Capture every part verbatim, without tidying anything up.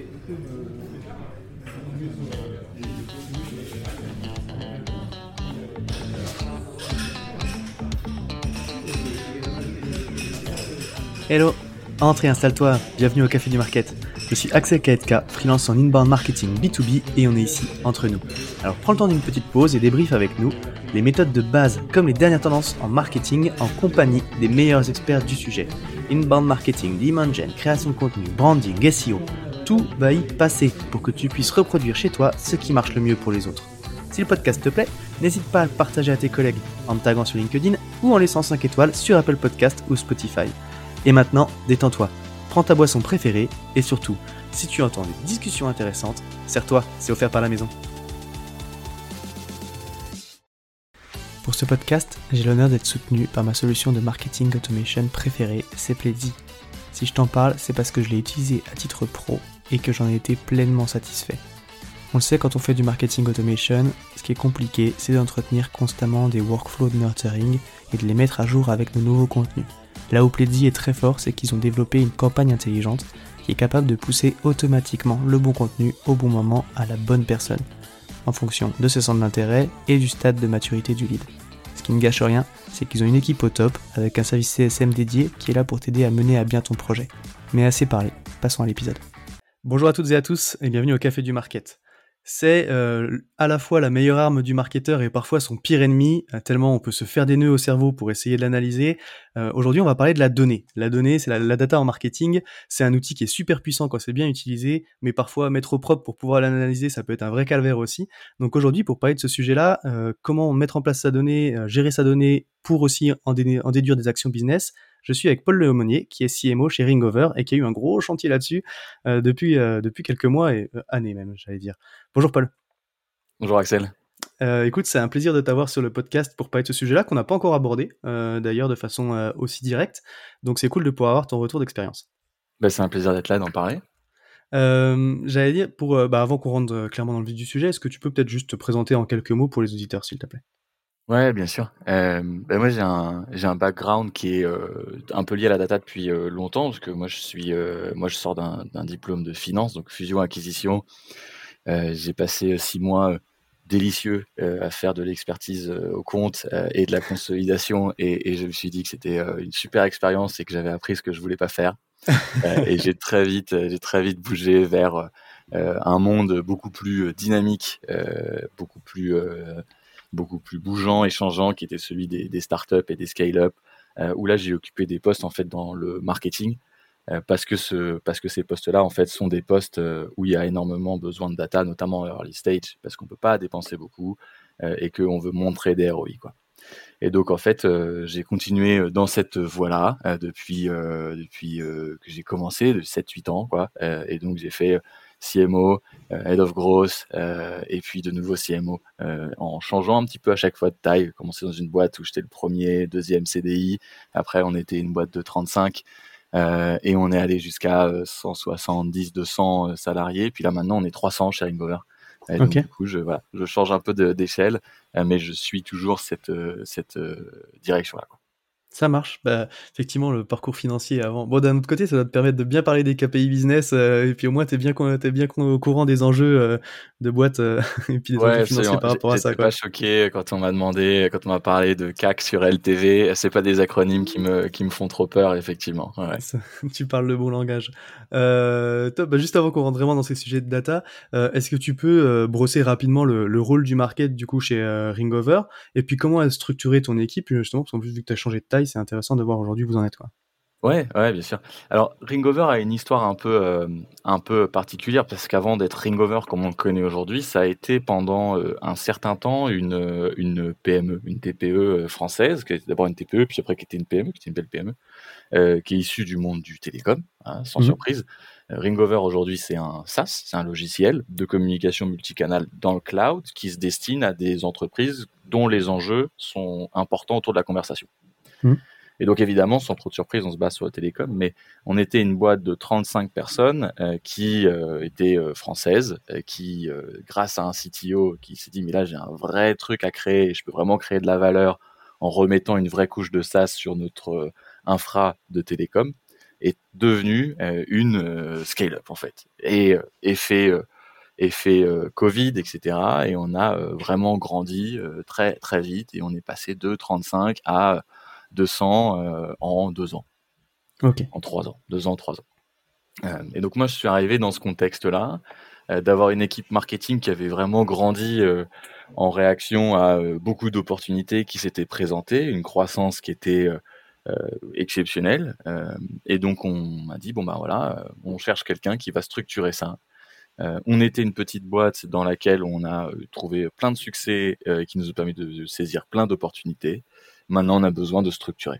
Hello, entre et installe-toi, bienvenue au Café du Market. Je suis Axel Kaetka, freelance en inbound marketing B deux B et on est ici, entre nous. Alors prends le temps d'une petite pause et débrief avec nous les méthodes de base comme les dernières tendances en marketing en compagnie des meilleurs experts du sujet. Inbound marketing, demand gen, création de contenu, branding, S E O, tout va y passer pour que tu puisses reproduire chez toi ce qui marche le mieux pour les autres. Si le podcast te plaît, n'hésite pas à le partager à tes collègues en me taguant sur LinkedIn ou en laissant cinq étoiles sur Apple Podcast ou Spotify. Et maintenant, détends-toi, prends ta boisson préférée et surtout, si tu entends des discussions intéressantes, serre-toi, c'est offert par la maison. Pour ce podcast, j'ai l'honneur d'être soutenu par ma solution de marketing automation préférée, Sepleady. Si je t'en parle, c'est parce que je l'ai utilisé à titre pro et que j'en ai été pleinement satisfait. On le sait, quand on fait du marketing automation, ce qui est compliqué, c'est d'entretenir constamment des workflows de nurturing et de les mettre à jour avec nos nouveaux contenus. Là où Pledzi est très fort, c'est qu'ils ont développé une campagne intelligente qui est capable de pousser automatiquement le bon contenu au bon moment à la bonne personne, en fonction de ses centres d'intérêt et du stade de maturité du lead. Ce qui ne gâche rien, c'est qu'ils ont une équipe au top avec un service C S M dédié qui est là pour t'aider à mener à bien ton projet. Mais assez parlé, passons à l'épisode. Bonjour à toutes et à tous et bienvenue au Café du Market. C'est euh, à la fois la meilleure arme du marketeur et parfois son pire ennemi, euh, tellement on peut se faire des nœuds au cerveau pour essayer de l'analyser. Euh, aujourd'hui, on va parler de la donnée. La donnée, c'est la, la data en marketing. C'est un outil qui est super puissant quand c'est bien utilisé, mais parfois mettre au propre pour pouvoir l'analyser, ça peut être un vrai calvaire aussi. Donc aujourd'hui, pour parler de ce sujet-là, euh, comment mettre en place sa donnée, euh, gérer sa donnée pour aussi en, dé- en déduire des actions business, je suis avec Paul Leaumonier, qui est C M O chez Ringover et qui a eu un gros chantier là-dessus euh, depuis, euh, depuis quelques mois et euh, années même, j'allais dire. Bonjour Paul. Bonjour Axel. Euh, écoute, c'est un plaisir de t'avoir sur le podcast pour parler de ce sujet-là qu'on n'a pas encore abordé, euh, d'ailleurs de façon euh, aussi directe. Donc c'est cool de pouvoir avoir ton retour d'expérience. Bah, c'est un plaisir d'être là, d'en parler. Euh, j'allais dire, pour, euh, bah, avant qu'on rentre euh, clairement dans le vif du sujet, est-ce que tu peux peut-être juste te présenter en quelques mots pour les auditeurs, s'il te plaît ? Ouais, bien sûr. Euh, bah, moi, j'ai un, j'ai un background qui est euh, un peu lié à la data depuis euh, longtemps, parce que moi, je suis, euh, moi, je sors d'un, d'un diplôme de finance, donc fusion-acquisition. Euh, j'ai passé six mois euh, délicieux euh, à faire de l'expertise euh, au compte euh, et de la consolidation, et, et je me suis dit que c'était euh, une super expérience et que j'avais appris ce que je voulais pas faire. Euh, et j'ai très vite, j'ai très vite bougé vers euh, un monde beaucoup plus dynamique, euh, beaucoup plus, euh, beaucoup plus bougeant, et changeant, qui était celui des, des startups et des scale-up, euh, où là j'ai occupé des postes en fait dans le marketing, euh, parce que ce, parce que ces postes-là en fait sont des postes euh, où il y a énormément besoin de data, notamment early stage, parce qu'on peut pas dépenser beaucoup euh, et qu'on veut montrer des R O I, quoi. Et donc en fait, euh, j'ai continué dans cette voie-là euh, depuis euh, depuis euh, que j'ai commencé, de sept huit ans, quoi. Euh, et donc j'ai fait C M O, euh, Head of Growth, euh, et puis de nouveau C M O, euh, en changeant un petit peu à chaque fois de taille. J'ai commencé dans une boîte où j'étais le premier, deuxième C D I. Après, on était une boîte de trente-cinq. Euh, et on est allé jusqu'à cent soixante-dix, deux cents salariés. Puis là, maintenant, on est trois cents chez Ringover. Et donc, Ok. du coup, je, voilà, je change un peu de, d'échelle, euh, mais je suis toujours cette, euh, cette euh, direction-là, quoi. Ça marche. Bah, effectivement, le parcours financier avant. Bon, d'un autre côté, ça va te permettre de bien parler des K P I business, euh, et puis au moins, t'es bien, con- t'es bien con- au courant des enjeux euh, de boîte, euh, et puis des Ouais, enjeux financiers absolument. par J'ai- rapport à ça, J'étais quoi. pas choqué quand on m'a demandé, quand on m'a parlé de C A C sur L T V. C'est pas des acronymes qui me, qui me font trop peur, effectivement. Ouais. Ça, tu parles le bon langage. Euh, top. Bah, juste avant qu'on rentre vraiment dans ces sujets de data, euh, est-ce que tu peux euh, brosser rapidement le, le rôle du market du coup chez euh, Ringover, et puis comment est structurée ton équipe justement, parce qu'en plus vu que tu as changé de taille, c'est intéressant de voir aujourd'hui où vous en êtes, quoi. Ouais, ouais, bien sûr. Alors, Ringover a une histoire un peu, euh, un peu particulière, parce qu'avant d'être Ringover comme on le connaît aujourd'hui, ça a été pendant euh, un certain temps une, euh, une P M E, une T P E française, qui était d'abord une T P E, puis après qui était une P M E, qui était une belle P M E, euh, qui est issue du monde du télécom, hein, sans Mhm. surprise. Euh, Ringover aujourd'hui, c'est un SaaS, c'est un logiciel de communication multicanal dans le cloud qui se destine à des entreprises dont les enjeux sont importants autour de la conversation. Mhm. Et donc évidemment, sans trop de surprise, on se base sur la télécom, mais on était une boîte de trente-cinq personnes euh, qui euh, était euh, française, euh, qui, euh, grâce à un C T O qui s'est dit, mais là j'ai un vrai truc à créer, et je peux vraiment créer de la valeur en remettant une vraie couche de SaaS sur notre euh, infra de télécom. est devenue euh, une euh, scale-up en fait. Et euh, effet, euh, effet euh, Covid, et cetera. Et on a euh, vraiment grandi euh, très très vite et on est passé de trente-cinq à deux cents euh, en deux ans, Ok. en trois ans, deux ans, trois ans. Euh, et donc moi je suis arrivé dans ce contexte-là, euh, d'avoir une équipe marketing qui avait vraiment grandi euh, en réaction à euh, beaucoup d'opportunités qui s'étaient présentées, une croissance qui était euh, euh, exceptionnelle. Euh, et donc on m'a dit bon ben voilà, euh, on cherche quelqu'un qui va structurer ça. Euh, on était une petite boîte dans laquelle on a euh, trouvé plein de succès euh, et qui nous a permis de, de saisir plein d'opportunités. Maintenant on a besoin de structurer.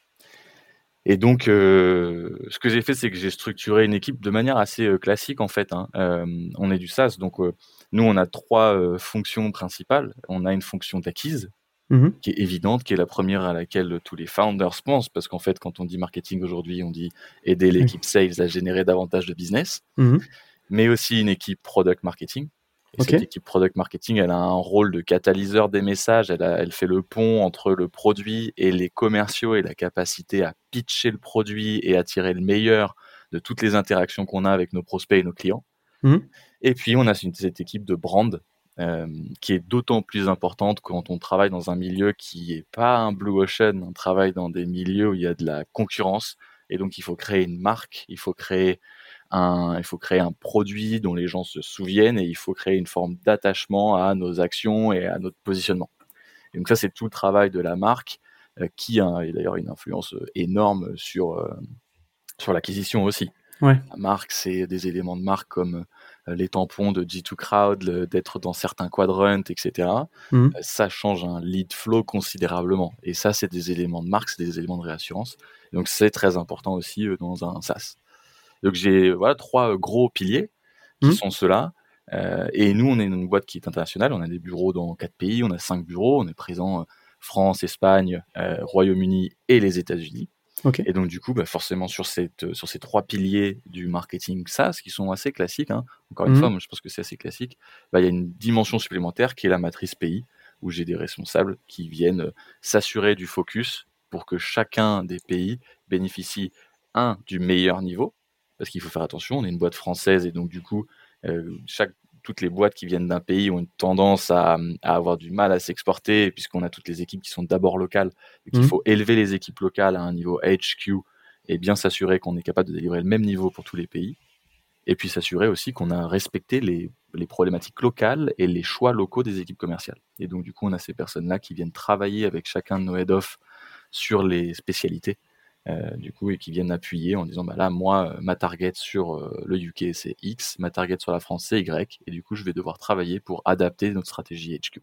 Et donc, euh, ce que j'ai fait, c'est que j'ai structuré une équipe de manière assez euh, classique, en fait. Hein. Euh, on est du SaaS, donc euh, nous, on a trois euh, fonctions principales. On a une fonction d'acquise, Mhm. qui est évidente, qui est la première à laquelle tous les founders pensent, parce qu'en fait, quand on dit marketing aujourd'hui, on dit aider Oui. l'équipe sales à générer davantage de business, Mhm. mais aussi une équipe product marketing. Et Ok. cette équipe product marketing, elle a un rôle de catalyseur des messages. Elle, a, elle fait le pont entre le produit et les commerciaux et la capacité à pitcher le produit et à tirer le meilleur de toutes les interactions qu'on a avec nos prospects et nos clients. Mhm. Et puis, on a une- cette équipe de brand euh, qui est d'autant plus importante quand on travaille dans un milieu qui est pas un blue ocean. On travaille dans des milieux où il y a de la concurrence. Et donc, il faut créer une marque, il faut créer un, il faut créer un produit dont les gens se souviennent et il faut créer une forme d'attachement à nos actions et à notre positionnement. Et donc ça, c'est tout le travail de la marque euh, qui a d'ailleurs une influence énorme sur, euh, sur l'acquisition aussi. Ouais. La marque, c'est des éléments de marque comme euh, les tampons de G deux Crowd, le, d'être dans certains quadrants, et cetera. Mhm. Euh, ça change un lead flow considérablement. Et ça, c'est des éléments de marque, c'est des éléments de réassurance. Donc c'est très important aussi euh, dans un SaaS. Donc j'ai voilà trois gros piliers qui Mhm. sont ceux-là. Euh, et nous, on est une boîte qui est internationale. On a des bureaux dans quatre pays. On a cinq bureaux. On est présent euh, France, Espagne, euh, Royaume-Uni et les États-Unis. Ok. Et donc du coup, bah, forcément sur cette sur ces trois piliers du marketing SaaS qui sont assez classiques. Hein, encore une Mhm. fois, moi je pense que c'est assez classique. Bah, il y a une dimension supplémentaire qui est la matrice pays où j'ai des responsables qui viennent euh, s'assurer du focus pour que chacun des pays bénéficie un du meilleur niveau parce qu'il faut faire attention, on est une boîte française et donc du coup, euh, chaque, toutes les boîtes qui viennent d'un pays ont une tendance à, à avoir du mal à s'exporter puisqu'on a toutes les équipes qui sont d'abord locales et qu'il Mhm. faut élever les équipes locales à un niveau H Q et bien s'assurer qu'on est capable de délivrer le même niveau pour tous les pays et puis s'assurer aussi qu'on a respecté les, les problématiques locales et les choix locaux des équipes commerciales. Et donc du coup, on a ces personnes-là qui viennent travailler avec chacun de nos head-off sur les spécialités euh, du coup, et qui viennent appuyer en disant bah là, moi, euh, ma target sur euh, le U K c'est X, ma target sur la France c'est Y, et du coup, je vais devoir travailler pour adapter notre stratégie H Q.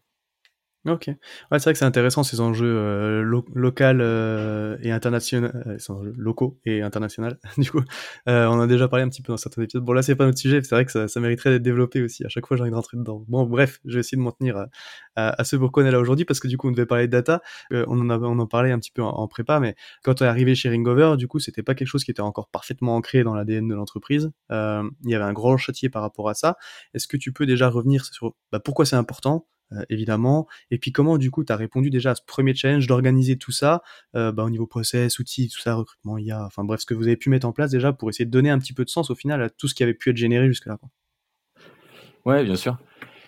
Ok. Ouais, c'est vrai que c'est intéressant ces enjeux euh, lo- local euh, et international, euh, ces enjeux locaux et internationaux. Du coup, euh, on en a déjà parlé un petit peu dans certains épisodes. Bon là, c'est pas notre sujet. C'est vrai que ça, ça mériterait d'être développé aussi. À chaque fois, j'ai envie de rentrer dedans. Bon, bref, je vais essayer de m'en tenir à, à, à ce pourquoi on est là aujourd'hui parce que du coup, on devait parler de data. Euh, on en a, on en parlait un petit peu en, en prépa, mais quand on est arrivé chez Ringover, du coup, c'était pas quelque chose qui était encore parfaitement ancré dans l'A D N de l'entreprise. Euh, il y avait un gros chantier par rapport à ça. Est-ce que tu peux déjà revenir sur bah, pourquoi c'est important? Euh, évidemment. Et puis comment du coup tu as répondu déjà à ce premier challenge d'organiser tout ça euh, bah, au niveau process, outils, tout ça, recrutement, I A, enfin bref, ce que vous avez pu mettre en place déjà pour essayer de donner un petit peu de sens au final à tout ce qui avait pu être généré jusque-là, quoi. Ouais, bien sûr.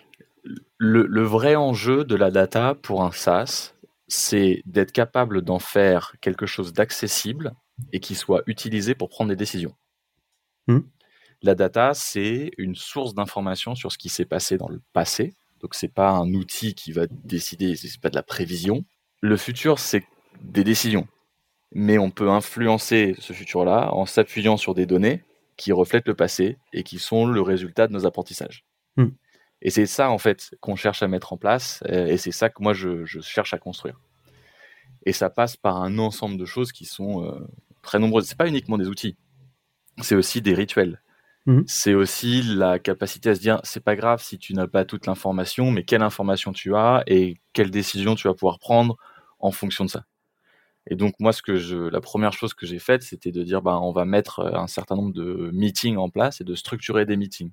Le, le vrai enjeu de la data pour un SaaS, c'est d'être capable d'en faire quelque chose d'accessible et qui soit utilisé pour prendre des décisions. Mmh. La data, c'est une source d'information sur ce qui s'est passé dans le passé. Donc, c'est pas un outil qui va décider, c'est pas de la prévision. Le futur, c'est des décisions. Mais on peut influencer ce futur-là en s'appuyant sur des données qui reflètent le passé et qui sont le résultat de nos apprentissages. Mmh. Et c'est ça, en fait, qu'on cherche à mettre en place, euh, et c'est ça que moi, je, je cherche à construire. Et ça passe par un ensemble de choses qui sont euh, très nombreuses. C'est pas uniquement des outils, c'est aussi des rituels. Mmh. C'est aussi la capacité à se dire, c'est pas grave si tu n'as pas toute l'information, mais quelle information tu as et quelle décision tu vas pouvoir prendre en fonction de ça. Et donc moi, ce que je, la première chose que j'ai faite, c'était de dire, bah, on va mettre un certain nombre de meetings en place et de structurer des meetings.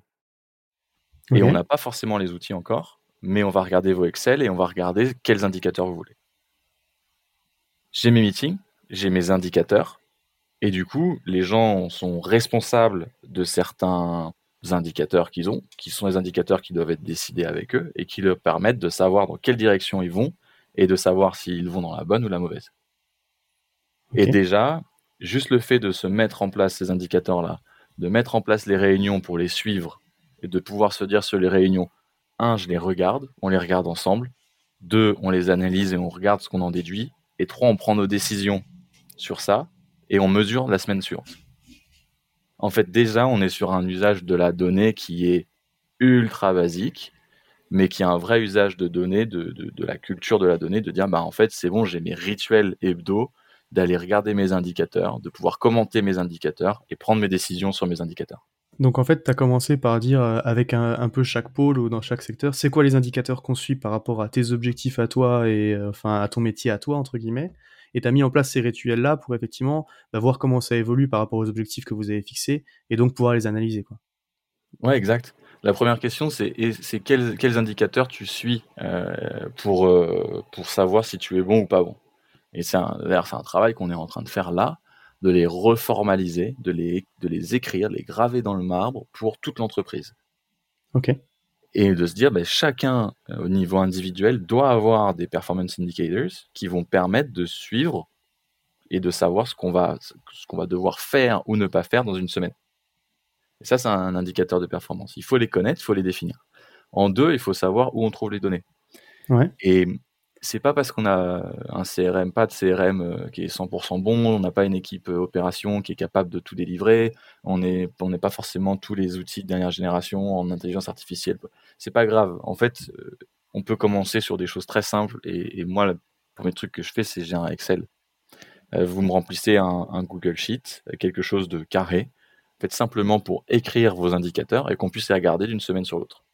Et on Ok. n'a pas forcément les outils encore, mais on va regarder vos Excel et on va regarder quels indicateurs vous voulez. J'ai mes meetings, j'ai mes indicateurs, Et du coup, les gens sont responsables de certains indicateurs qu'ils ont, qui sont les indicateurs qui doivent être décidés avec eux et qui leur permettent de savoir dans quelle direction ils vont et de savoir s'ils vont dans la bonne ou la mauvaise. Et Ok. déjà, juste le fait de se mettre en place ces indicateurs-là, de mettre en place les réunions pour les suivre et de pouvoir se dire sur les réunions, un, je les regarde, on les regarde ensemble, deux, on les analyse et on regarde ce qu'on en déduit, et trois, on prend nos décisions sur ça et on mesure la semaine suivante. En fait, déjà, on est sur un usage de la donnée qui est ultra basique, mais qui a un vrai usage de données, de, de, de la culture de la donnée, de dire, bah, en fait, c'est bon, j'ai mes rituels hebdo, d'aller regarder mes indicateurs, de pouvoir commenter mes indicateurs et prendre mes décisions sur mes indicateurs. Donc en fait, tu as commencé par dire, euh, avec un, un peu chaque pôle ou dans chaque secteur, c'est quoi les indicateurs qu'on suit par rapport à tes objectifs à toi et euh, enfin à ton métier à toi, entre guillemets. Et tu as mis en place ces rituels-là pour effectivement bah, voir comment ça évolue par rapport aux objectifs que vous avez fixés et donc pouvoir les analyser, quoi. Ouais, exact. La première question, c'est, et c'est quels, quels indicateurs tu suis euh, pour, euh, pour savoir si tu es bon ou pas bon. Et c'est un, d'ailleurs, c'est un travail qu'on est en train de faire là, de les reformaliser, de les, de les écrire, de les graver dans le marbre pour toute l'entreprise. Ok. Et de se dire, ben, chacun euh, au niveau individuel doit avoir des performance indicators qui vont permettre de suivre et de savoir ce qu'on va, ce qu'on va devoir faire ou ne pas faire dans une semaine. Et ça, c'est un indicateur de performance. Il faut les connaître, il faut les définir. En deux, il faut savoir où on trouve les données. Ouais. Et c'est pas parce qu'on a un C R M, pas de C R M euh, qui est cent pour cent bon, on n'a pas une équipe euh, opération qui est capable de tout délivrer, on n'est on n'est pas forcément tous les outils de dernière génération en intelligence artificielle. C'est pas grave. En fait, euh, on peut commencer sur des choses très simples. Et, et moi, le premier truc que je fais, c'est j'ai un Excel. Euh, vous me remplissez un, un Google Sheet, quelque chose de carré, faites simplement pour écrire vos indicateurs et qu'on puisse les regarder d'une semaine sur l'autre.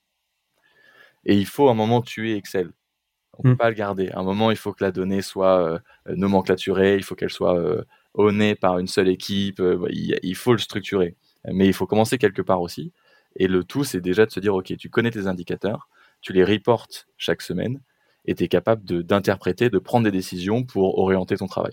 Et il faut à un moment tuer Excel. On ne Hmm. peut pas le garder. À un moment, il faut que la donnée soit euh, nomenclaturée, il faut qu'elle soit euh, ownée par une seule équipe, euh, il, il faut le structurer. Mais il faut commencer quelque part aussi. Et le tout, c'est déjà de se dire, OK, tu connais tes indicateurs, tu les reportes chaque semaine, et tu es capable de, d'interpréter, de prendre des décisions pour orienter ton travail.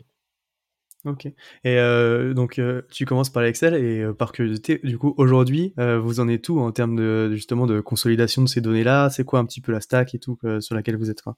Ok. Et euh, donc euh, tu commences par l'Excel et euh, par curiosité, du coup aujourd'hui, euh, vous en êtes où en termes de justement de consolidation de ces données-là? C'est quoi un petit peu la stack et tout euh, sur laquelle vous êtes, quoi?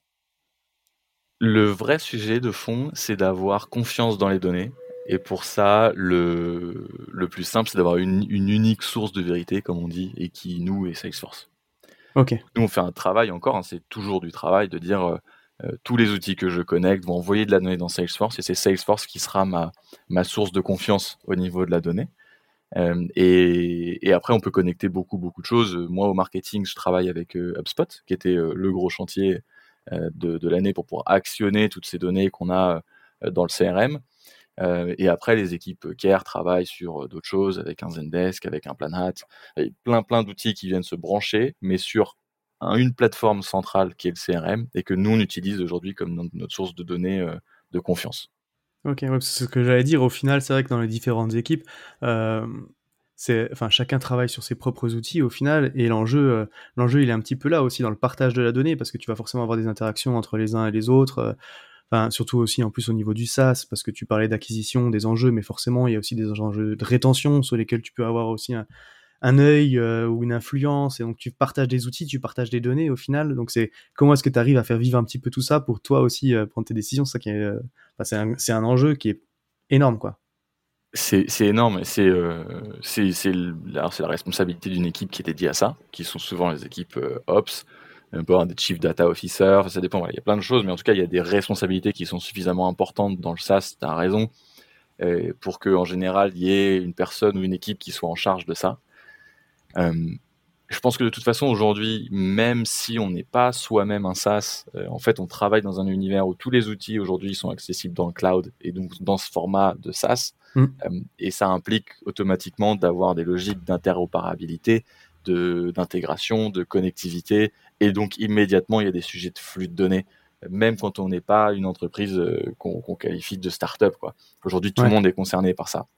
Le vrai sujet de fond, c'est d'avoir confiance dans les données. Et pour ça, le, le plus simple, c'est d'avoir une, une unique source de vérité, comme on dit, et qui, nous, est Salesforce. Ok. Nous, on fait un travail encore, hein, c'est toujours du travail, de dire euh, euh, tous les outils que je connecte vont envoyer de la donnée dans Salesforce, et c'est Salesforce qui sera ma, ma source de confiance au niveau de la donnée. Euh, et, et après, on peut connecter beaucoup, beaucoup de choses. Moi, au marketing, je travaille avec euh, HubSpot, qui était euh, le gros chantier euh, de, de l'année pour pouvoir actionner toutes ces données qu'on a euh, dans le C R M. Euh, et après, les équipes Care travaillent sur euh, d'autres choses, avec un Zendesk, avec un Planhat, et plein, plein d'outils qui viennent se brancher, mais sur un- une plateforme centrale qui est le C R M, et que nous, on utilise aujourd'hui comme no- notre source de données euh, de confiance. Ok, ouais, c'est ce que j'allais dire. Au final, c'est vrai que dans les différentes équipes, euh, c'est, enfin, chacun travaille sur ses propres outils au final, et l'enjeu, euh, l'enjeu, il est un petit peu là aussi dans le partage de la donnée, parce que tu vas forcément avoir des interactions entre les uns et les autres. euh, Enfin, surtout aussi en plus au niveau du SaaS, parce que tu parlais d'acquisition, des enjeux, mais forcément, il y a aussi des enjeux de rétention sur lesquels tu peux avoir aussi un, un œil euh, ou une influence, et donc tu partages des outils, tu partages des données au final. Donc c'est comment est-ce que tu arrives à faire vivre un petit peu tout ça pour toi aussi euh, prendre tes décisions. C'est ça qui est, euh, enfin, c'est un, c'est un enjeu qui est énorme, quoi. C'est c'est énorme, et c'est euh, c'est c'est l- alors c'est la responsabilité d'une équipe qui est dédiée à ça, qui sont souvent les équipes euh, Ops, on peut avoir des Chief Data Officer, enfin, ça dépend, voilà, il y a plein de choses, mais en tout cas, il y a des responsabilités qui sont suffisamment importantes dans le SaaS, tu as raison, euh, pour qu'en général, il y ait une personne ou une équipe qui soit en charge de ça. Euh, je pense que de toute façon, aujourd'hui, même si on n'est pas soi-même un SaaS, euh, en fait, on travaille dans un univers où tous les outils aujourd'hui sont accessibles dans le cloud et donc dans ce format de SaaS. Mm. Euh, et ça implique automatiquement d'avoir des logiques d'interopérabilité, de, d'intégration, de connectivité. Et donc, immédiatement, il y a des sujets de flux de données, même quand on n'est pas une entreprise euh, qu'on, qu'on qualifie de start-up, quoi. Aujourd'hui, tout le Ouais. monde est concerné par ça.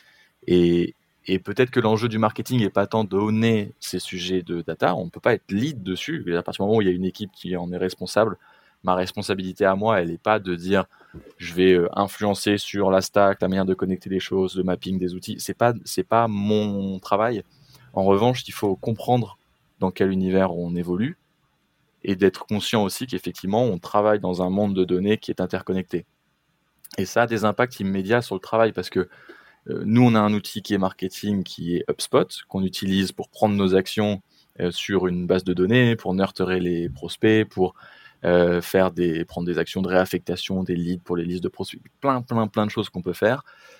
Et, et peut-être que l'enjeu du marketing n'est pas tant de donner ces sujets de data, on ne peut pas être lead dessus. À partir du moment où il y a une équipe qui en est responsable, ma responsabilité à moi, elle n'est pas de dire je vais euh, influencer sur la stack, la manière de connecter les choses, le mapping des outils. C'est pas, c'est pas mon travail. En revanche, il faut comprendre dans quel univers on évolue et d'être conscient aussi qu'effectivement, on travaille dans un monde de données qui est interconnecté. Et ça a des impacts immédiats sur le travail parce que euh, nous, on a un outil qui est marketing, qui est HubSpot, qu'on utilise pour prendre nos actions euh, sur une base de données, pour nurturer les prospects, pour euh, faire des, prendre des actions de réaffectation, des leads pour les listes de prospects, plein, plein, plein de choses qu'on peut faire.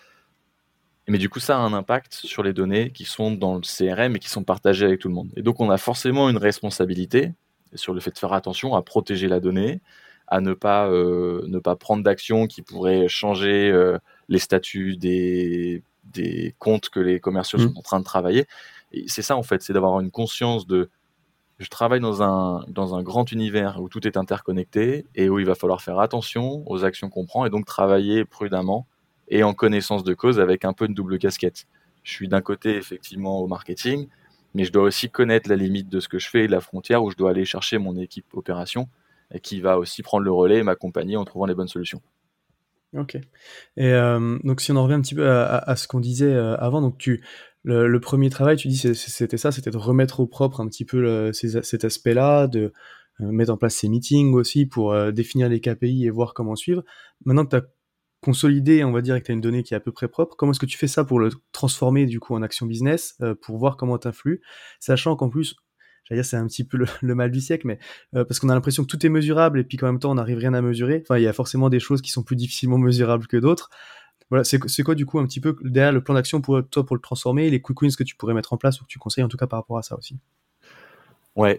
Mais du coup, ça a un impact sur les données qui sont dans le C R M et qui sont partagées avec tout le monde. Et donc, on a forcément une responsabilité sur le fait de faire attention à protéger la donnée, à ne pas, euh, ne pas prendre d'actions qui pourraient changer euh, les statuts des, des comptes que les commerciaux mmh. sont en train de travailler. Et c'est ça, en fait, c'est d'avoir une conscience de je travaille dans un, dans un grand univers où tout est interconnecté et où il va falloir faire attention aux actions qu'on prend et donc travailler prudemment et en connaissance de cause avec un peu une double casquette. Je suis d'un côté effectivement au marketing, mais je dois aussi connaître la limite de ce que je fais et la frontière où je dois aller chercher mon équipe opération et qui va aussi prendre le relais et m'accompagner en trouvant les bonnes solutions. Ok. Et euh, donc si on en revient un petit peu à, à, à ce qu'on disait euh, avant, donc tu le, le premier travail, tu dis c'est, c'était ça, c'était de remettre au propre un petit peu le, ces, cet aspect-là, de euh, mettre en place ces meetings aussi pour euh, définir les K P I et voir comment suivre. Maintenant que tu as consolidé, on va dire, et que tu as une donnée qui est à peu près propre, comment est-ce que tu fais ça pour le transformer du coup en action business, euh, pour voir comment t'influe, sachant qu'en plus, j'allais dire c'est un petit peu le, le mal du siècle, mais euh, parce qu'on a l'impression que tout est mesurable et puis qu'en même temps on n'arrive rien à mesurer. Enfin, il y a forcément des choses qui sont plus difficilement mesurables que d'autres. Voilà, c'est, c'est quoi du coup un petit peu derrière le plan d'action pour toi pour le transformer, les quick wins que tu pourrais mettre en place ou que tu conseilles en tout cas par rapport à ça aussi? Ouais.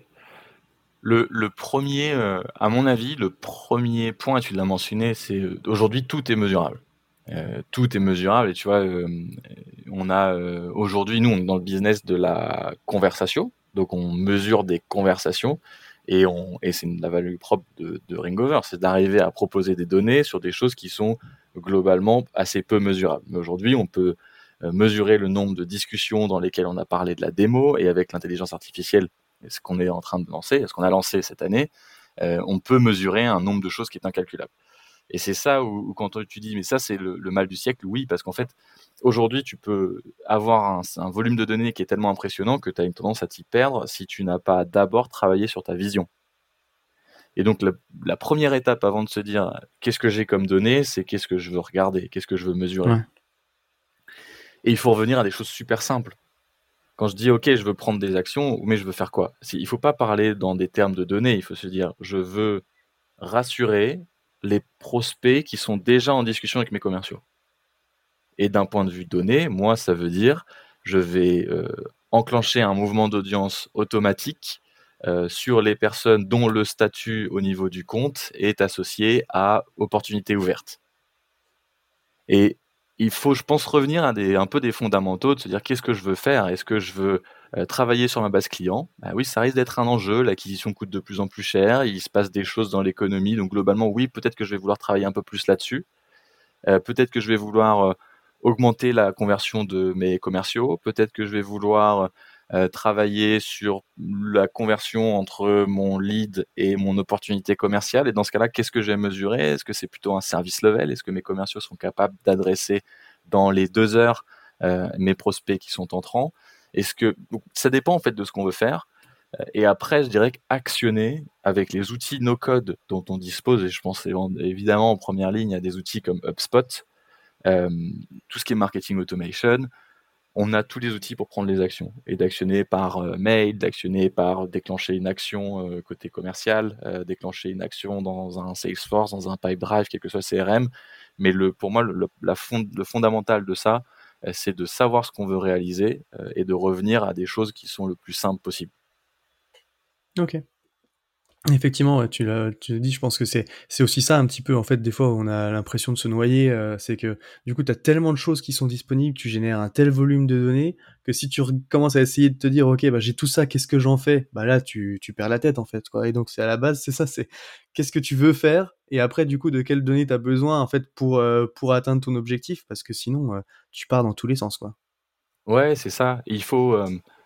Le, le premier, euh, à mon avis, le premier point, tu l'as mentionné, c'est euh, aujourd'hui tout est mesurable. Euh, tout est mesurable et tu vois, euh, on a euh, aujourd'hui, nous, on est dans le business de la conversation, donc on mesure des conversations et, on, et c'est la valeur propre de, de Ringover, c'est d'arriver à proposer des données sur des choses qui sont globalement assez peu mesurables. Mais aujourd'hui, on peut euh, mesurer le nombre de discussions dans lesquelles on a parlé de la démo et avec l'intelligence artificielle, ce qu'on est en train de lancer, ce qu'on a lancé cette année, euh, on peut mesurer un nombre de choses qui est incalculable. Et c'est ça où, où quand tu dis, mais ça c'est le, le mal du siècle, oui, parce qu'en fait, aujourd'hui, tu peux avoir un, un volume de données qui est tellement impressionnant que tu as une tendance à t'y perdre si tu n'as pas d'abord travaillé sur ta vision. Et donc, la, la première étape avant de se dire, qu'est-ce que j'ai comme données, c'est qu'est-ce que je veux regarder, qu'est-ce que je veux mesurer. Ouais. Et il faut revenir à des choses super simples. Quand je dis, OK, je veux prendre des actions, mais je veux faire quoi? Il ne faut pas parler dans des termes de données, il faut se dire, je veux rassurer les prospects qui sont déjà en discussion avec mes commerciaux. Et d'un point de vue donné, moi, ça veut dire je vais euh, enclencher un mouvement d'audience automatique euh, sur les personnes dont le statut au niveau du compte est associé à opportunité ouverte. Et il faut, je pense, revenir à des, un peu des fondamentaux, de se dire qu'est-ce que je veux faire? Est-ce que je veux euh, travailler sur ma base client? Bah oui, ça risque d'être un enjeu, l'acquisition coûte de plus en plus cher, il se passe des choses dans l'économie, donc globalement, oui, peut-être que je vais vouloir travailler un peu plus là-dessus. Euh, peut-être que je vais vouloir euh, augmenter la conversion de mes commerciaux, peut-être que je vais vouloir euh, travailler sur la conversion entre mon lead et mon opportunité commerciale. Et dans ce cas-là, qu'est-ce que je vais mesurer? Est-ce que c'est plutôt un service level? Est-ce que mes commerciaux sont capables d'adresser dans les deux heures euh, mes prospects qui sont entrants? Est-ce que donc, ça dépend en fait de ce qu'on veut faire. Et après, je dirais qu'actionner avec les outils no-code dont on dispose, et je pense évidemment en première ligne à des outils comme HubSpot, euh, tout ce qui est marketing automation, on a tous les outils pour prendre les actions et d'actionner par euh, mail, d'actionner par déclencher une action euh, côté commercial, euh, déclencher une action dans un Salesforce, dans un Pipedrive, quel que soit le C R M. Mais le, pour moi, le, la fond, le fondamental de ça, euh, c'est de savoir ce qu'on veut réaliser euh, et de revenir à des choses qui sont le plus simples possible. Ok. Effectivement, ouais, tu l'as, tu l'as dit, je pense que c'est, c'est aussi ça un petit peu, en fait, des fois, on a l'impression de se noyer, euh, c'est que, du coup, tu as tellement de choses qui sont disponibles, tu génères un tel volume de données, que si tu re- commences à essayer de te dire, ok, bah, j'ai tout ça, qu'est-ce que j'en fais? Bah là, tu, tu perds la tête, en fait, quoi. Et donc, c'est à la base, c'est ça, c'est qu'est-ce que tu veux faire, et après, du coup, de quelles données tu as besoin, en fait, pour, euh, pour atteindre ton objectif, parce que sinon, euh, tu pars dans tous les sens, quoi. Ouais, c'est ça. Il faut... Euh...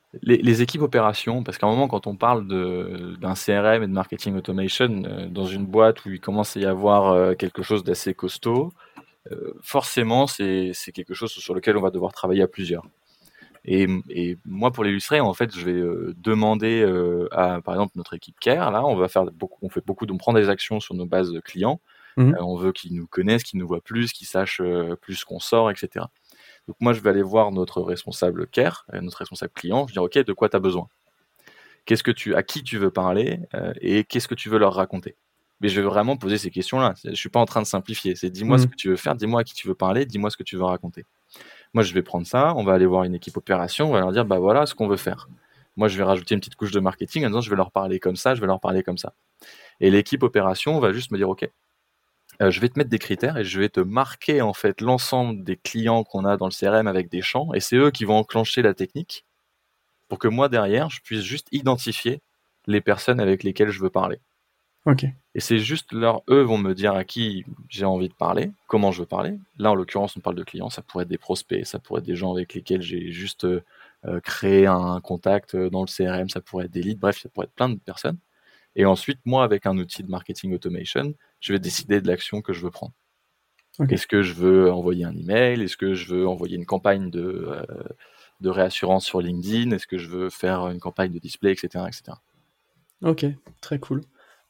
Les les équipes opérations, parce qu'à un moment, quand on parle de d'un C R M et de marketing automation, heu, dans une boîte où il commence à y avoir, heu, quelque chose d'assez costaud, heu, forcément, c'est c'est quelque chose sur lequel on va devoir travailler à plusieurs. Et mmh et moi, pour l'illustrer, en fait, je vais, heu, demander, heu, à, par exemple, notre équipe care, là, on va faire beaucoup on fait beaucoup de on prend des actions sur nos bases clients. Mmh mh. Heu, on veut qu'ils nous connaissent, qu'ils nous voient plus, qu'ils sachent, heu, plus ce qu'on sort et cetera. Donc moi, je vais aller voir notre responsable care, heu, notre responsable client, je vais dire: «OK, de quoi tu as besoin? Qu'est-ce que tu à qui tu veux parler, heu, et qu'est-ce que tu veux leur raconter?» Mais je vais vraiment poser ces questions-là. C'est je suis pas en train de simplifier, c'est: «Dis-moi ce Mmh. que tu veux faire, dis-moi à qui tu veux parler, dis-moi ce que tu veux raconter». Moi, je vais prendre ça, on va aller voir une équipe opération, on va leur dire: «Bah, voilà ce qu'on veut faire». Moi, je vais rajouter une petite couche de marketing en disant: «Je vais leur parler comme ça, je vais leur parler comme ça». Et l'équipe opération va juste me dire: «OK, heu, je vais te mettre des critères et je vais te marquer, en fait, l'ensemble des clients qu'on a dans le C R M avec des champs et c'est eux qui vont enclencher la technique pour que moi, derrière, je puisse juste identifier les personnes avec lesquelles je veux parler». OK. Et c'est juste leur eux vont me dire à qui j'ai envie de parler, comment je veux parler. Là, en l'occurrence, on parle de clients, ça pourrait être des prospects, ça pourrait être des gens avec lesquels j'ai juste, heu heu, créé un contact, heu, dans le C R M, ça pourrait être des leads, bref, ça pourrait être plein de personnes. Et ensuite, moi, avec un outil de marketing automation, je vais décider de l'action que je veux prendre. OK. Est-ce que je veux envoyer un email? Est-ce que je veux envoyer une campagne de, heu, de réassurance sur LinkedIn? Est-ce que je veux faire une campagne de display, et cetera, et cetera? OK, très cool.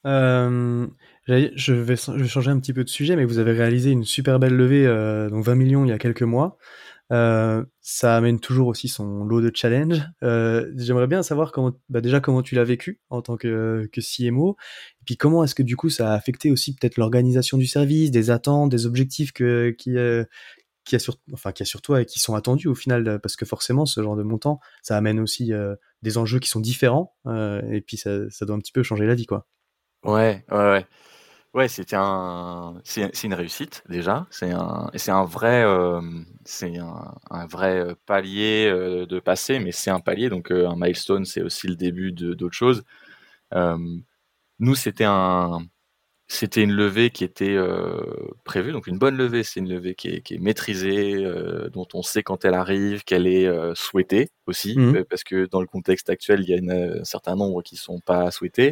Hem, j'allais je vais je vais changer un petit peu de sujet, mais vous avez réalisé une super belle levée, heu, donc vingt millions il y a quelques mois. Heu, ça amène toujours aussi son lot de challenges. Heu, j'aimerais bien savoir comment bah, déjà comment tu l'as vécu en tant que que C M O? Et puis comment est-ce que du coup ça a affecté aussi peut-être l'organisation du service, des attentes, des objectifs que qui, heu, qu'il y a sur enfin qu'il y a sur toi et qui sont attendus au final, heu, parce que forcément ce genre de montant, ça amène aussi, heu, des enjeux qui sont différents, heu, et puis ça ça doit un petit peu changer la vie, quoi. Ouais, ouais, ouais. Ouais, c'était un c'est c'est une réussite déjà, c'est un et c'est un vrai, hem, c'est un un vrai, heu, palier, heu, de passer, mais c'est un palier donc heu, un milestone, c'est aussi le début de d'autres choses. Hem, Nous, c'était un c'était une levée qui était, heu, prévue, donc une bonne levée, c'est une levée qui est qui est maîtrisée, heu, dont on sait quand elle arrive, qu'elle est, heu, souhaitée aussi, Mmh mh. heu, parce que dans le contexte actuel, il y a une, heu, un certain nombre qui sont pas souhaités.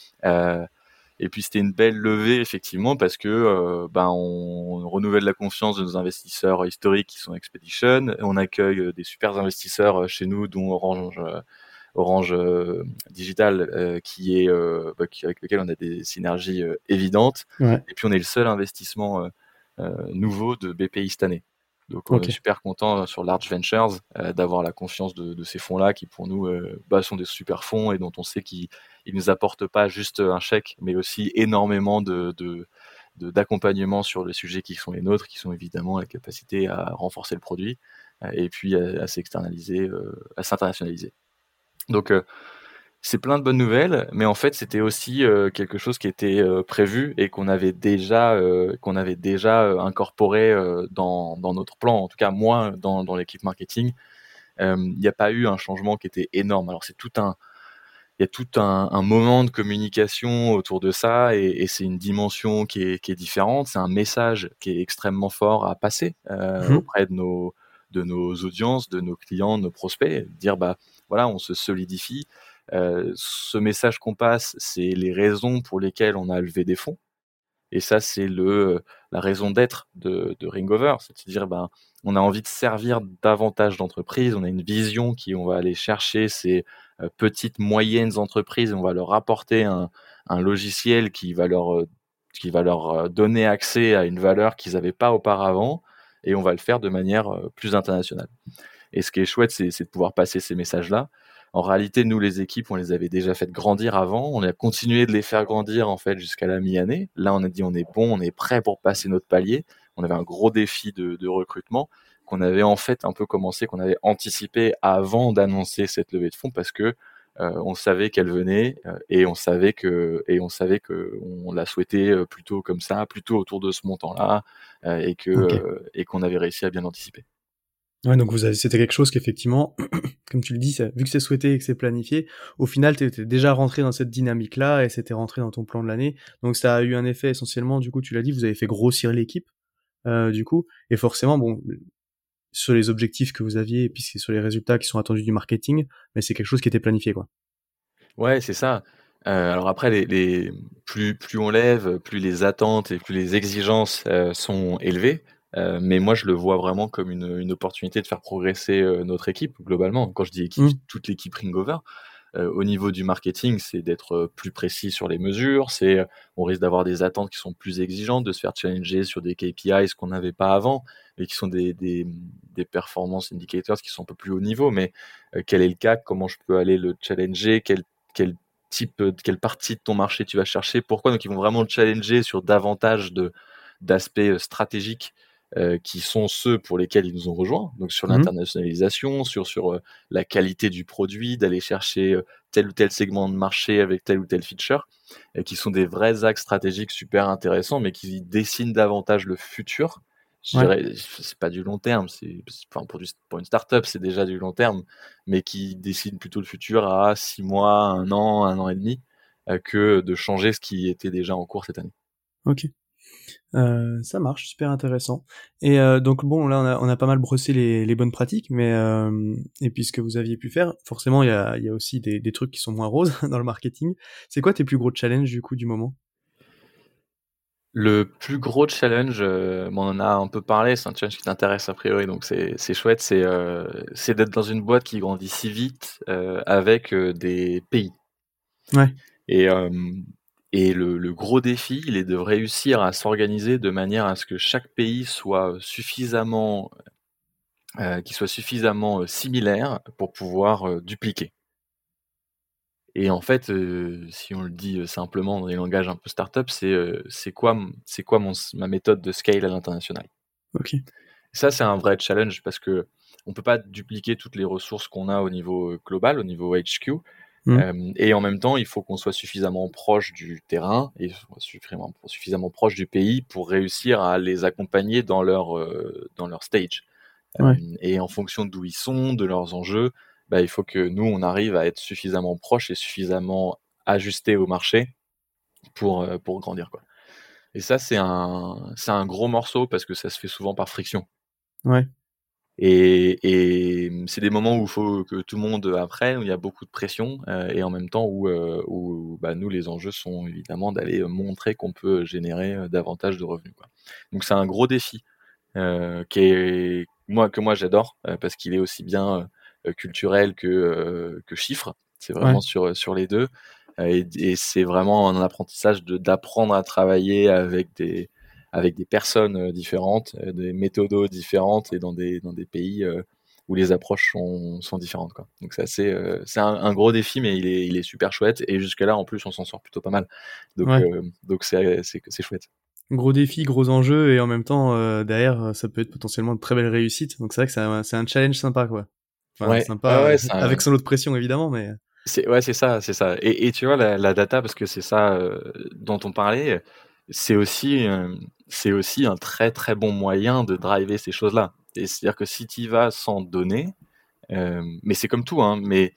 Heu et puis c'était une belle levée effectivement parce que, heu, ben, on renouvelle la confiance de nos investisseurs historiques qui sont Expedition. On accueille, heu, des super investisseurs, heu, chez nous dont Orange, heu, Orange, heu, Digital, heu, qui est, heu, bah, qui avec lequel on a des synergies, heu, évidentes. Ouais, Et puis on est le seul investissement, heu heu, nouveau de B P I cette année. Donc on est OK. super content, heu, sur Large Ventures, heu, d'avoir la confiance de de ces fonds-là qui pour nous, heu, bah, sont des super fonds et dont on sait qu'ils ils nous apportent pas juste, un chèque, mais aussi énormément de de de d'accompagnement sur les sujets qui sont les nôtres, qui sont évidemment la capacité à renforcer le produit, heu et puis à à s'externaliser, heu, à s'internationaliser. Donc heu, c'est plein de bonnes nouvelles, mais en fait, c'était aussi, heu, quelque chose qui était, heu, prévu et qu'on avait déjà, heu, qu'on avait déjà, heu, incorporé, heu, dans dans notre plan. En tout cas, moi, dans dans l'équipe marketing, hem, il y a pas eu un changement qui était énorme. Alors c'est tout un il y a tout un un moment de communication autour de ça et et c'est une dimension qui est qui est différente. C'est un message qui est extrêmement fort à passer, heu, Mmh mh. auprès de nos de nos audiences, de nos clients, de nos prospects. Dire: «Bah, voilà, on se solidifie». Heu, ce message qu'on passe, c'est les raisons pour lesquelles on a levé des fonds. Et ça, c'est le, la raison d'être de de Ringover. C'est-à-dire, ben, on a envie de servir davantage d'entreprises, on a une vision qui on va aller chercher ces, heu, petites, moyennes entreprises, on va leur apporter un un logiciel qui va leur, heu, qui va leur, heu, donner accès à une valeur qu'ils avaient pas auparavant et on va le faire de manière, heu, plus internationale. Et ce qui est chouette, c'est c'est de pouvoir passer ces messages-là. En réalité, nous, les équipes, on les avait déjà faites grandir avant. On a continué de les faire grandir, en fait, jusqu'à la mi-année. Là, on a dit: «On est bon, on est prêt pour passer notre palier». On avait un gros défi de de recrutement qu'on avait, en fait, un peu commencé, qu'on avait anticipé avant d'annoncer cette levée de fonds parce que, heu, on savait qu'elle venait, heu et on savait que et on savait qu'on la souhaitait, heu, plutôt comme ça, plutôt autour de ce montant-là, heu et que, OK. heu et qu'on avait réussi à bien anticiper. Ouais, donc vous avez c'était quelque chose qu'effectivement, comme tu le dis, ça vu que c'est souhaité et que c'est planifié, au final, tu étais déjà rentré dans cette dynamique-là et c'était rentré dans ton plan de l'année. Donc ça a eu un effet essentiellement, du coup, tu l'as dit, vous avez fait grossir l'équipe, heu, du coup et forcément, bon, sur les objectifs que vous aviez et puis c'est sur les résultats qui sont attendus du marketing, mais c'est quelque chose qui était planifié, quoi. Ouais, c'est ça. Heu, alors après les les plus plus on lève, plus les attentes et plus les exigences, heu, sont élevées. Heu, mais moi je le vois vraiment comme une, une opportunité de faire progresser, heu, notre équipe globalement. Quand je dis équipe, Mmh. toute l'équipe Ringover. Heu, au niveau du marketing, c'est d'être, heu, plus précis sur les mesures, c'est, heu, on risque d'avoir des attentes qui sont plus exigeantes, de se faire challenger sur des K P Is qu'on n'avait pas avant et qui sont des des, mmh, des performance indicators qui sont un peu plus haut niveau. Mais, heu, quel est le cas? Comment je peux aller le challenger? Quel quel type, heu, quelle partie de ton marché tu vas chercher? Pourquoi? Donc ils vont vraiment le challenger sur davantage de d'aspects, heu, stratégiques, heu, qui sont ceux pour lesquels ils nous ont rejoints. Donc sur Mmh. l'internationalisation, sur sur, heu, la qualité du produit, d'aller chercher, heu, tel ou tel segment de marché avec telle ou telle feature, et qui sont des vrais axes stratégiques super intéressants, mais qui dessinent davantage le futur. Je Ouais. dirais, c'est pas du long terme, c'est c'est enfin pour du pour une start-up, c'est déjà du long terme, mais qui dessinent plutôt le futur à six mois, un an, un an et demi, heu, que de changer ce qui était déjà en cours cette année. OK. Heu, ça marche, super intéressant et heu, donc bon, là, on a on a pas mal brossé les les bonnes pratiques, mais hem et puis ce que vous aviez pu faire, forcément, il y a il y a aussi des des trucs qui sont moins roses dans le marketing. C'est quoi tes plus gros challenges, du coup, du moment? Le plus gros challenge, heu, mais on en a un peu parlé, c'est un challenge qui t'intéresse a priori, donc c'est c'est chouette, c'est, heu, c'est d'être dans une boîte qui grandit si vite, heu, avec, heu, des pays. Ouais, Et hem et le le gros défi, il est de réussir à s'organiser de manière à ce que chaque pays soit suffisamment, heu, qu'il soit suffisamment, heu, similaire pour pouvoir, heu, dupliquer. Et en fait, heu, si on le dit, heu, simplement dans des langages un peu start-up, c'est, heu, c'est quoi m c'est quoi mon s ma méthode de scale à l'international? OK. Ça, c'est un vrai challenge parce qu'on peut pas dupliquer toutes les ressources qu'on a au niveau, heu, global, au niveau H Q. Mmh. Hem et en même temps, il faut qu'on soit suffisamment proche du terrain et soit suffisamment suffisamment proche du pays pour réussir à les accompagner dans leur, heu, dans leur stage. Ouais, Hem et en fonction d'où ils sont, de leurs enjeux, bah, il faut que nous, on arrive à être suffisamment proches et suffisamment ajustés au marché pour, heu, pour grandir, quoi. Et ça, c'est un c'est un gros morceau parce que ça se fait souvent par friction. ouais, Et et mmh, c'est des moments où il faut que tout le monde apprenne, où il y a beaucoup de pression, heu et en même temps où, heu, où, bah, nous, les enjeux sont évidemment d'aller, heu, montrer qu'on peut générer, heu, davantage de revenus, quoi. Donc c'est un gros défi, heu, qui est moi que moi j'adore, heu, parce qu'il est aussi bien, heu culturel que, heu, que chiffres. C'est vraiment ouais, sur, sur les deux, heu et et c'est vraiment un apprentissage de d'apprendre à travailler avec des avec des personnes, heu, différentes, heu, des méthodos différentes et dans des dans des pays, heu, où les approches sont sont différentes, quoi. Donc c'est assez, heu, c'est un un gros défi, mais il est il est super chouette et jusque-là, en plus, on s'en sort plutôt pas mal. Donc ouais. heu, donc c'est c'est c'est chouette. Gros défi, gros enjeu et en même temps, heu, derrière, heu, ça peut être potentiellement de très belles réussites. Donc c'est vrai que c'est un c'est un challenge sympa, quoi. Enfin Ouais, ouais, sympa, heu, ouais, c'est un avec son lot de pression évidemment, mais c'est ouais, c'est ça, c'est ça et et tu vois la la data parce que c'est ça, heu, dont on parlait, c'est aussi, hem, c'est aussi un très, très bon moyen de driver ces choses-là et c'est-à-dire que si tu y vas sans données, hem, mais c'est comme tout, hein, mais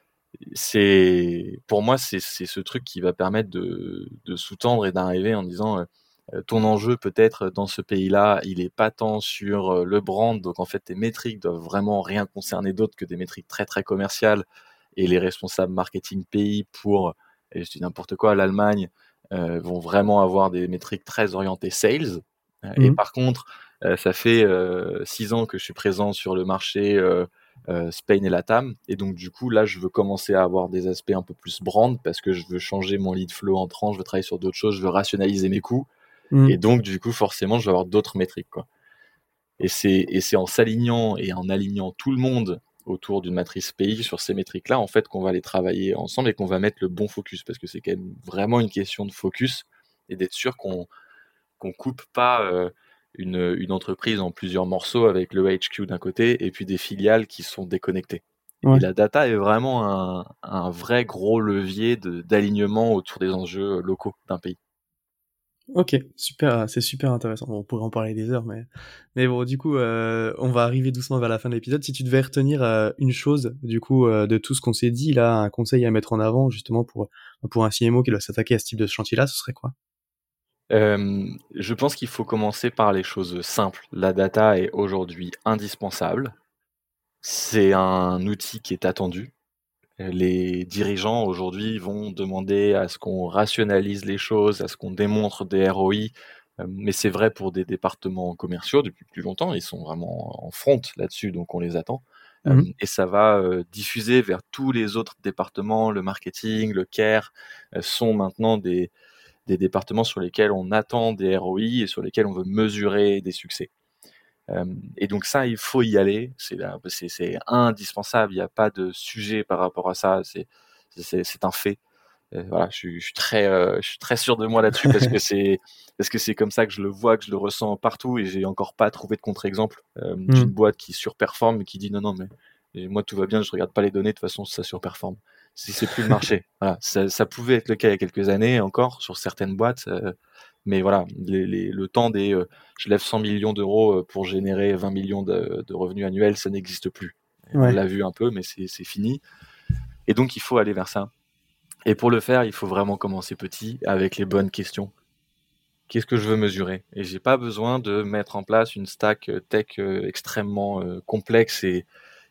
c'est pour moi, c'est c'est ce truc qui va permettre de de sous-tendre et d'arriver en disant, heu heu: «Ton enjeu peut-être dans ce pays-là, il est pas tant sur, heu, le brand, donc en fait tes métriques doivent vraiment rien concerner d'autre que des métriques très, très commerciales» et les responsables marketing pays pour, et je dis n'importe quoi, l'Allemagne, heu, vont vraiment avoir des métriques très orientées sales. Heu et mmh. par contre, heu, ça fait, heu, six ans que je suis présent sur le marché, heu heu, Spain et LATAM et donc du coup, là, je veux commencer à avoir des aspects un peu plus brand parce que je veux changer mon lead flow en tranche, je veux travailler sur d'autres choses, je veux rationaliser mes coûts Mmh. et donc du coup, forcément, je vais avoir d'autres métriques, quoi. Et c'est et c'est en s'alignant et en alignant tout le monde autour d'une matrice pays sur ces métriques-là, en fait, qu'on va aller travailler ensemble et qu'on va mettre le bon focus. Parce que c'est quand même vraiment une question de focus et d'être sûr qu'on qu'on coupe pas, heu, une, une entreprise en plusieurs morceaux avec le H Q d'un côté et puis des filiales qui sont déconnectées. Et Ouais. la data est vraiment un un vrai gros levier de d'alignement autour des enjeux locaux d'un pays. OK, super, c'est super intéressant. Bon, on pourrait en parler des heures, mais mais bon, du coup, heu, on va arriver doucement vers la fin de l'épisode. Si tu devais retenir, heu, une chose, du coup, heu, de tout ce qu'on s'est dit là, un conseil à mettre en avant justement pour, pour un C M O qui doit s'attaquer à ce type de chantier-là, ce serait quoi? Hem, je pense qu'il faut commencer par les choses simples. La data est aujourd'hui indispensable. C'est un outil qui est attendu. Heu, les dirigeants aujourd'hui vont demander à ce qu'on rationalise les choses, à ce qu'on démontre des R O I, hem, mais c'est vrai pour des départements commerciaux depuis plus longtemps. Ils sont vraiment en front là-dessus, donc on les attend. Mmh. Hem et ça va, heu, diffuser vers tous les autres départements. Le marketing, le care, heu, sont maintenant des des départements sur lesquels on attend des R O I et sur lesquels on veut mesurer des succès. Hem et donc ça, il faut y aller, c'est la c'est c'est indispensable, il y a pas de sujet par rapport à ça, c'est c'est c'est un fait. Heu, voilà, je suis je suis très, heu, je suis très sûr de moi là-dessus parce que c'est parce que c'est comme ça que je le vois, que je le ressens partout et j'ai encore pas trouvé de contre-exemple, hem, Mmh. d'une boîte qui surperforme et qui dit: «Non, non, mais et moi tout va bien, je regarde pas les données, de toute façon ça surperforme». C'est c'est plus le marché. Voilà, ça ça pouvait être le cas il y a quelques années encore sur certaines boîtes, heu, mais voilà, les les le temps des, heu, je lève cent millions d'euros, heu, pour générer vingt millions de de revenus annuels, ça n'existe plus. Et on Ouais. l'a vu un peu, mais c'est c'est fini et donc il faut aller vers ça. Et pour le faire, il faut vraiment commencer petit avec les bonnes questions. Qu'est-ce que je veux mesurer? Et j'ai pas besoin de mettre en place une stack, heu, tech, heu, extrêmement, heu, complexe et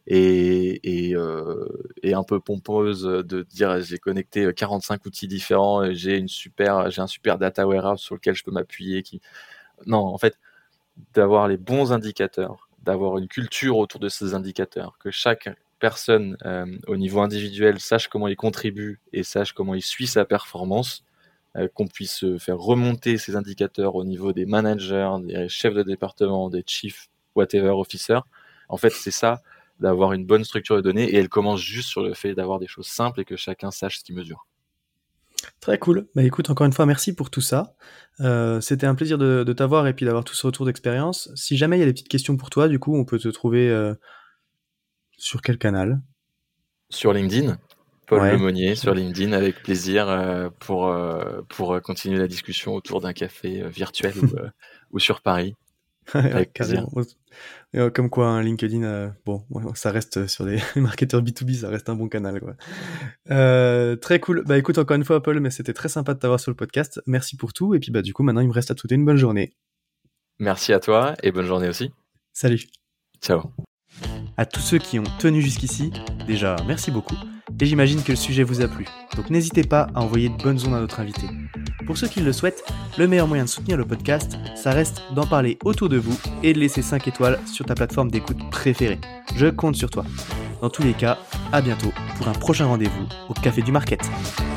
et et heu et un peu pompeuse, heu, de dire: «J'ai connecté, heu, quarante-cinq outils différents et j'ai une super j'ai un super data warehouse sur lequel je peux m'appuyer qui» non, en fait, d'avoir les bons indicateurs, d'avoir une culture autour de ces indicateurs, que chaque personne, hem, au niveau individuel, sache comment il contribue et sache comment il suit sa performance, heu, qu'on puisse, heu, faire remonter ces indicateurs au niveau des managers, des chefs de département, des chief whatever officer. En fait, c'est ça, d'avoir une bonne structure de données et elle commence juste sur le fait d'avoir des choses simples et que chacun sache ce qu'il mesure. Très cool. Bah, écoute, encore une fois, merci pour tout ça. Heu, c'était un plaisir de de t'avoir et puis d'avoir tout ce retour d'expérience. Si jamais il y a des petites questions pour toi, du coup, on peut te trouver, heu, sur quel canal? Sur LinkedIn, Paul Ouais, Lemonnier OK. sur LinkedIn avec plaisir, heu, pour, heu, pour, heu, continuer la discussion autour d'un café, heu, virtuel ou, heu, ou sur Paris, Ouais, ouais, avec plaisir. carrément. Et heu, comme quoi, hein, LinkedIn, heu, bon, ouais, ça reste sur des marketeurs B deux B, ça reste un bon canal, quoi. Heu, très cool. Bah, écoute, encore une fois, Paul, mais c'était très sympa de t'avoir sur le podcast. Merci pour tout et puis, bah, du coup, maintenant, il me reste à te souhaiter une bonne journée. Merci à toi et bonne journée aussi. Salut. Ciao. À tous ceux qui ont tenu jusqu'ici, déjà, merci beaucoup et j'imagine que le sujet vous a plu. Donc n'hésitez pas à envoyer de bonnes ondes à notre invité. Pour ceux qui le souhaitent, le meilleur moyen de soutenir le podcast, ça reste d'en parler autour de vous et de laisser cinq étoiles sur ta plateforme d'écoute préférée. Je compte sur toi. Dans tous les cas, à bientôt pour un prochain rendez-vous au Café du Market.